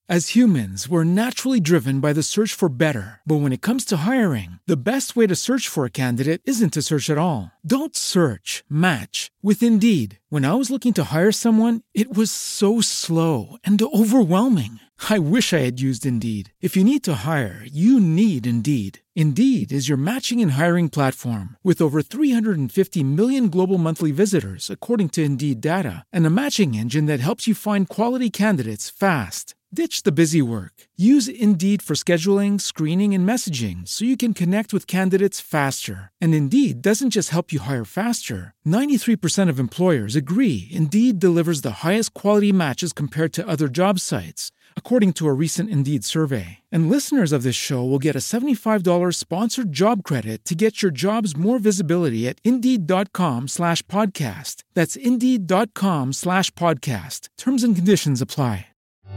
As humans, we're naturally driven by the search for better. But when it comes to hiring, the best way to search for a candidate isn't to search at all. Don't search, match with Indeed. When I was looking to hire someone, it was so slow and overwhelming. I wish I had used Indeed. If you need to hire, you need Indeed. Indeed is your matching and hiring platform with over 350 million global monthly visitors, according to Indeed data, and a matching engine that helps you find quality candidates fast. Ditch the busy work. Use Indeed for scheduling, screening, and messaging so you can connect with candidates faster. And Indeed doesn't just help you hire faster. 93% of employers agree Indeed delivers the highest quality matches compared to other job sites, according to a recent Indeed survey. And listeners of this show will get a $75 sponsored job credit to get your jobs more visibility at Indeed.com/podcast. That's Indeed.com/podcast. Terms and conditions apply.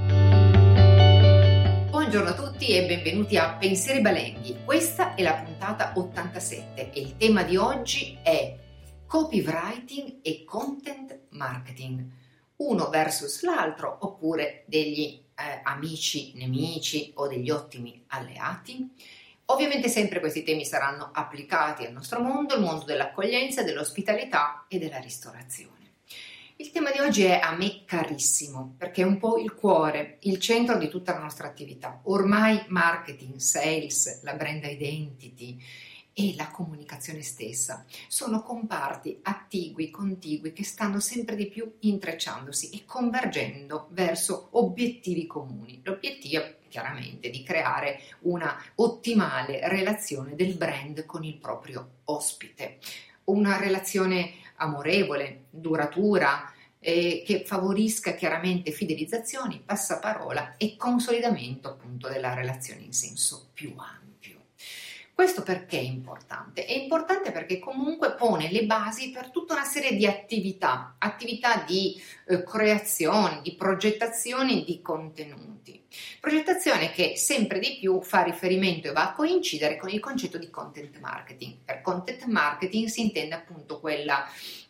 Buongiorno a tutti e benvenuti a Pensieri Balenghi. Questa è la puntata 87 e il tema di oggi è copywriting e content marketing. Uno versus l'altro oppure degli amici, nemici o degli ottimi alleati? Ovviamente sempre questi temi saranno applicati al nostro mondo, il mondo dell'accoglienza, dell'ospitalità e della ristorazione. Il tema di oggi è a me carissimo perché è un po' il cuore, il centro di tutta la nostra attività. Ormai marketing, sales, la brand identity e la comunicazione stessa sono comparti attigui, contigui che stanno sempre di più intrecciandosi e convergendo verso obiettivi comuni. L'obiettivo chiaramente di creare una ottimale relazione del brand con il proprio ospite, una relazione amorevole, duratura, che favorisca chiaramente fidelizzazioni, passaparola e consolidamento appunto della relazione in senso più ampio. Questo perché è importante? È importante perché comunque pone le basi per tutta una serie di attività di creazione, di progettazione di contenuti. Progettazione che sempre di più fa riferimento e va a coincidere con il concetto di content marketing. Per content marketing si intende appunto quella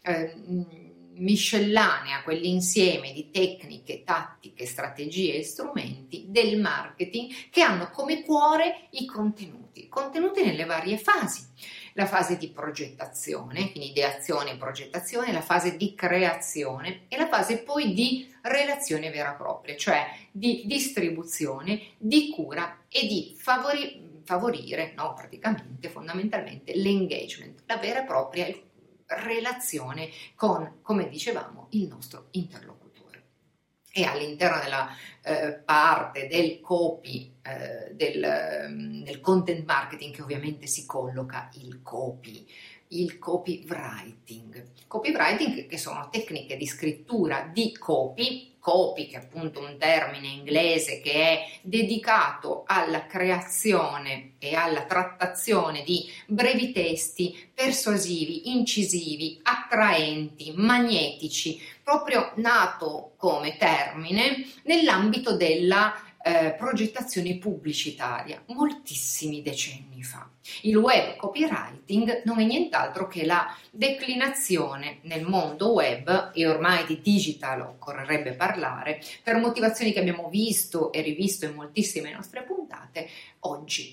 miscellanea, quell'insieme di tecniche, tattiche, strategie e strumenti del marketing che hanno come cuore i contenuti nelle varie fasi. La fase di progettazione, quindi ideazione e progettazione, la fase di creazione e la fase poi di relazione vera e propria, cioè di distribuzione, di cura e di favorire, praticamente, fondamentalmente, l'engagement, la vera e propria relazione con, come dicevamo, il nostro interlocutore. E all'interno della parte del copy, del content marketing che ovviamente si colloca il copywriting. Copywriting che sono tecniche di scrittura di copy che è appunto un termine inglese che è dedicato alla creazione e alla trattazione di brevi testi persuasivi, incisivi, attraenti, magnetici, proprio nato come termine nell'ambito della progettazione pubblicitaria moltissimi decenni fa. Il web copywriting non è nient'altro che la declinazione nel mondo web e ormai di digital occorrerebbe parlare per motivazioni che abbiamo visto e rivisto in moltissime nostre puntate oggi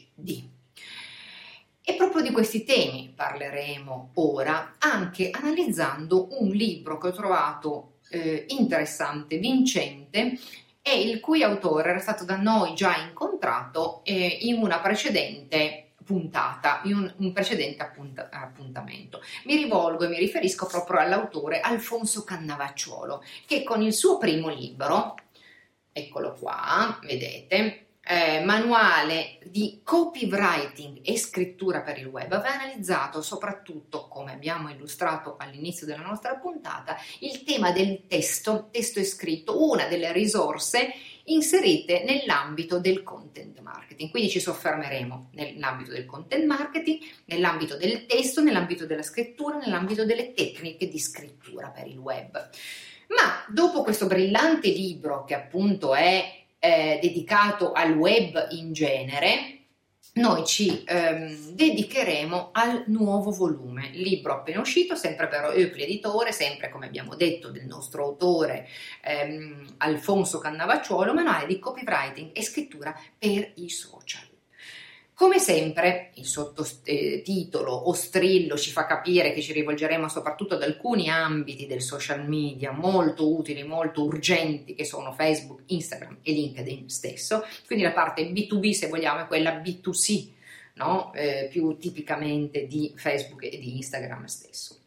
E proprio di questi temi parleremo ora, anche analizzando un libro che ho trovato interessante, vincente, e il cui autore era stato da noi già incontrato in una precedente puntata, in un precedente appuntamento. Mi riferisco proprio all'autore Alfonso Cannavacciuolo, che con il suo primo libro, eccolo qua, vedete, manuale di copywriting e scrittura per il web, aveva analizzato soprattutto, come abbiamo illustrato all'inizio della nostra puntata, il tema del testo e scritto, una delle risorse inserite nell'ambito del content marketing. Quindi ci soffermeremo nell'ambito del content marketing, nell'ambito del testo, nell'ambito della scrittura, nell'ambito delle tecniche di scrittura per il web. Ma dopo questo brillante libro che appunto è dedicato al web in genere, noi ci dedicheremo al nuovo volume, libro appena uscito, sempre per Oepli Editore, sempre come abbiamo detto del nostro autore Alfonso Cannavacciuolo, manuale di copywriting e scrittura per i social. Come sempre il sottotitolo o strillo ci fa capire che ci rivolgeremo soprattutto ad alcuni ambiti del social media molto utili, molto urgenti, che sono Facebook, Instagram e LinkedIn stesso. Quindi la parte B2B, se vogliamo, è quella B2C, no? Più tipicamente di Facebook e di Instagram stesso.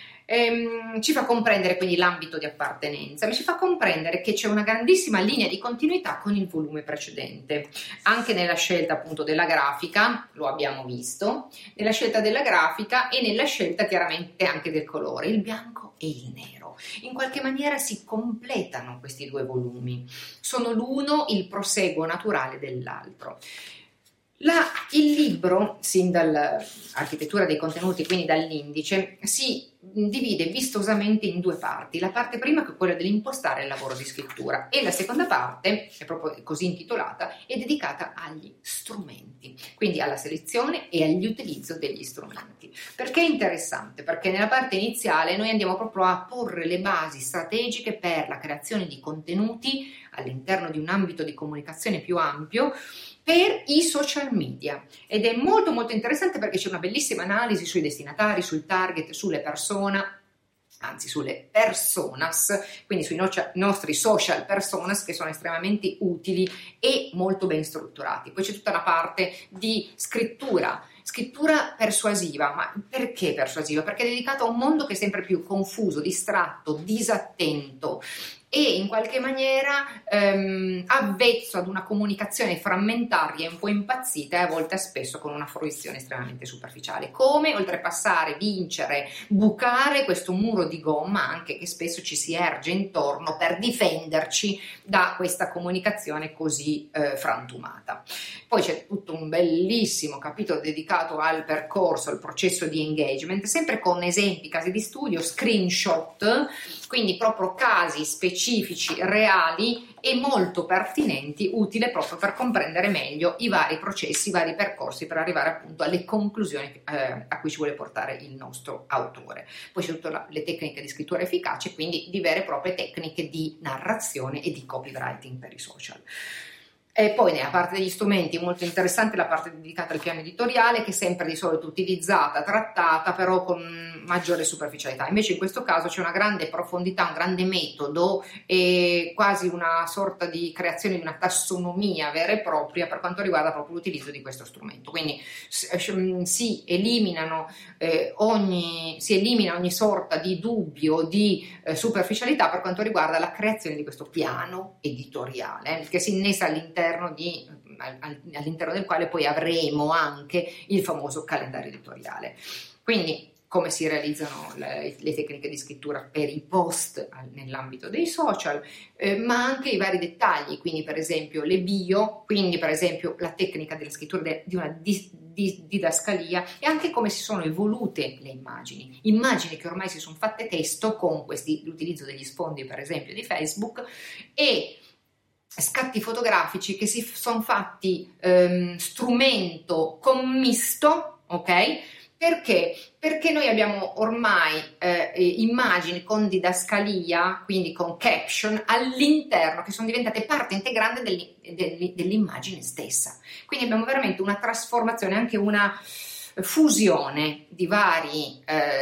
Ci fa comprendere quindi l'ambito di appartenenza, ma ci fa comprendere che c'è una grandissima linea di continuità con il volume precedente, anche nella scelta appunto della grafica, lo abbiamo visto, nella scelta della grafica e nella scelta chiaramente anche del colore, il bianco e il nero. In qualche maniera si completano questi due volumi, sono l'uno il proseguo naturale dell'altro. Il libro, sin dall'architettura dei contenuti, quindi dall'indice, si divide vistosamente in due parti. La parte prima, che è quella dell'impostare il lavoro di scrittura, e la seconda parte, è proprio così intitolata, è dedicata agli strumenti, quindi alla selezione e all'utilizzo degli strumenti. Perché è interessante? Perché nella parte iniziale noi andiamo proprio a porre le basi strategiche per la creazione di contenuti all'interno di un ambito di comunicazione più ampio per i social media, ed è molto molto interessante perché c'è una bellissima analisi sui destinatari, sul target, sulle persona, anzi sulle personas, quindi sui nostri social personas, che sono estremamente utili e molto ben strutturati. Poi c'è tutta una parte di scrittura persuasiva. Ma perché persuasiva? Perché è dedicato a un mondo che è sempre più confuso, distratto, disattento e in qualche maniera avvezzo ad una comunicazione frammentaria e un po' impazzita, e a volte spesso con una fruizione estremamente superficiale. Come oltrepassare, vincere, bucare questo muro di gomma anche che spesso ci si erge intorno per difenderci da questa comunicazione così frantumata. Poi c'è tutto un bellissimo capitolo dedicato al percorso, al processo di engagement, sempre con esempi, casi di studio, screenshot, quindi proprio casi specifici, reali e molto pertinenti, utile proprio per comprendere meglio i vari processi, i vari percorsi per arrivare appunto alle conclusioni a cui ci vuole portare il nostro autore. Poi c'è tutte le tecniche di scrittura efficace, quindi di vere e proprie tecniche di narrazione e di copywriting per i social. E poi nella parte degli strumenti molto interessante la parte dedicata al piano editoriale, che è sempre di solito utilizzata, trattata, però con maggiore superficialità. Invece in questo caso c'è una grande profondità, un grande metodo e quasi una sorta di creazione di una tassonomia vera e propria per quanto riguarda proprio l'utilizzo di questo strumento. Quindi si elimina ogni sorta di dubbio, di superficialità per quanto riguarda la creazione di questo piano editoriale, che si innesta all'interno del quale poi avremo anche il famoso calendario editoriale. Quindi come si realizzano le tecniche di scrittura per i post nell'ambito dei social, ma anche i vari dettagli, quindi per esempio le bio, quindi per esempio la tecnica della scrittura di una didascalia, e anche come si sono evolute le immagini che ormai si sono fatte testo con l'utilizzo degli sfondi per esempio di Facebook, e scatti fotografici che si sono fatti strumento commisto, ok? Perché? Perché noi abbiamo ormai immagini con didascalia, quindi con caption all'interno, che sono diventate parte integrante dell'immagine stessa. Quindi abbiamo veramente una trasformazione, anche una fusione di vari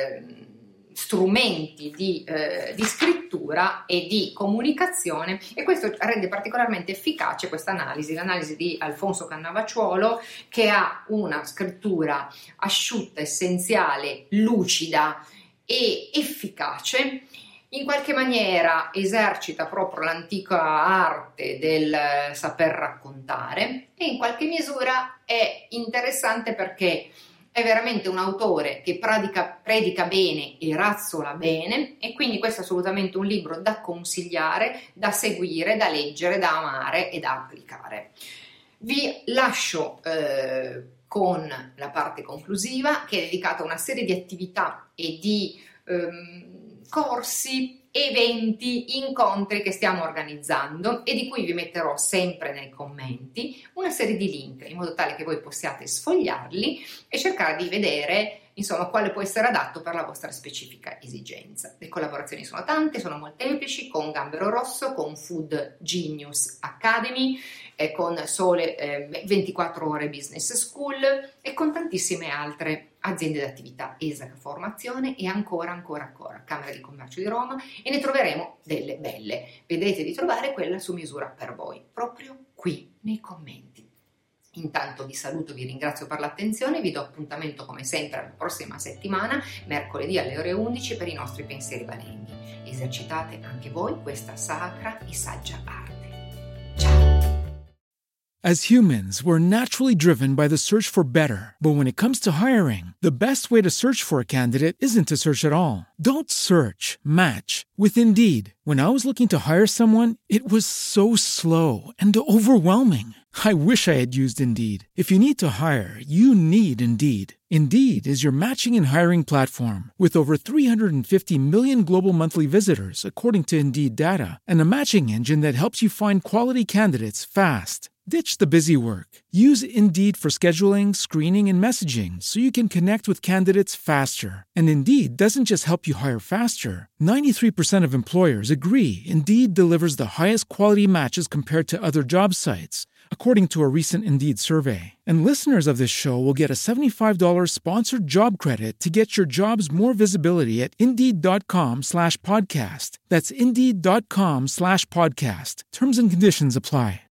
strumenti di scrittura e di comunicazione, e questo rende particolarmente efficace questa l'analisi di Alfonso Cannavacciuolo, che ha una scrittura asciutta, essenziale, lucida e efficace. In qualche maniera esercita proprio l'antica arte del saper raccontare, e in qualche misura è interessante perché è veramente un autore che predica bene e razzola bene, e quindi questo è assolutamente un libro da consigliare, da seguire, da leggere, da amare e da applicare. Vi lascio con la parte conclusiva, che è dedicata a una serie di attività e di corsi eventi, incontri che stiamo organizzando e di cui vi metterò sempre nei commenti una serie di link in modo tale che voi possiate sfogliarli e cercare di vedere insomma quale può essere adatto per la vostra specifica esigenza. Le collaborazioni sono tante, sono molteplici, con Gambero Rosso, con Food Genius Academy, con Sole 24 ore Business School e con tantissime altre aziende d'attività, ESAC Formazione e ancora Camera di Commercio di Roma, e ne troveremo delle belle. Vedete di trovare quella su misura per voi, proprio qui nei commenti. Intanto vi saluto, vi ringrazio per l'attenzione, vi do appuntamento come sempre la prossima settimana, mercoledì alle ore 11 per i nostri pensieri valenghi. Esercitate anche voi questa sacra e saggia arte. Ciao! As humans, we're naturally driven by the search for better. But when it comes to hiring, the best way to search for a candidate isn't to search at all. Don't search, match with Indeed. When I was looking to hire someone, it was so slow and overwhelming. I wish I had used Indeed. If you need to hire, you need Indeed. Indeed is your matching and hiring platform with over 350 million global monthly visitors, according to Indeed data, and a matching engine that helps you find quality candidates fast. Ditch the busy work. Use Indeed for scheduling, screening, and messaging so you can connect with candidates faster. And Indeed doesn't just help you hire faster. 93% of employers agree Indeed delivers the highest quality matches compared to other job sites, according to a recent Indeed survey. And listeners of this show will get a $75 sponsored job credit to get your jobs more visibility at Indeed.com/podcast. That's Indeed.com/podcast. Terms and conditions apply.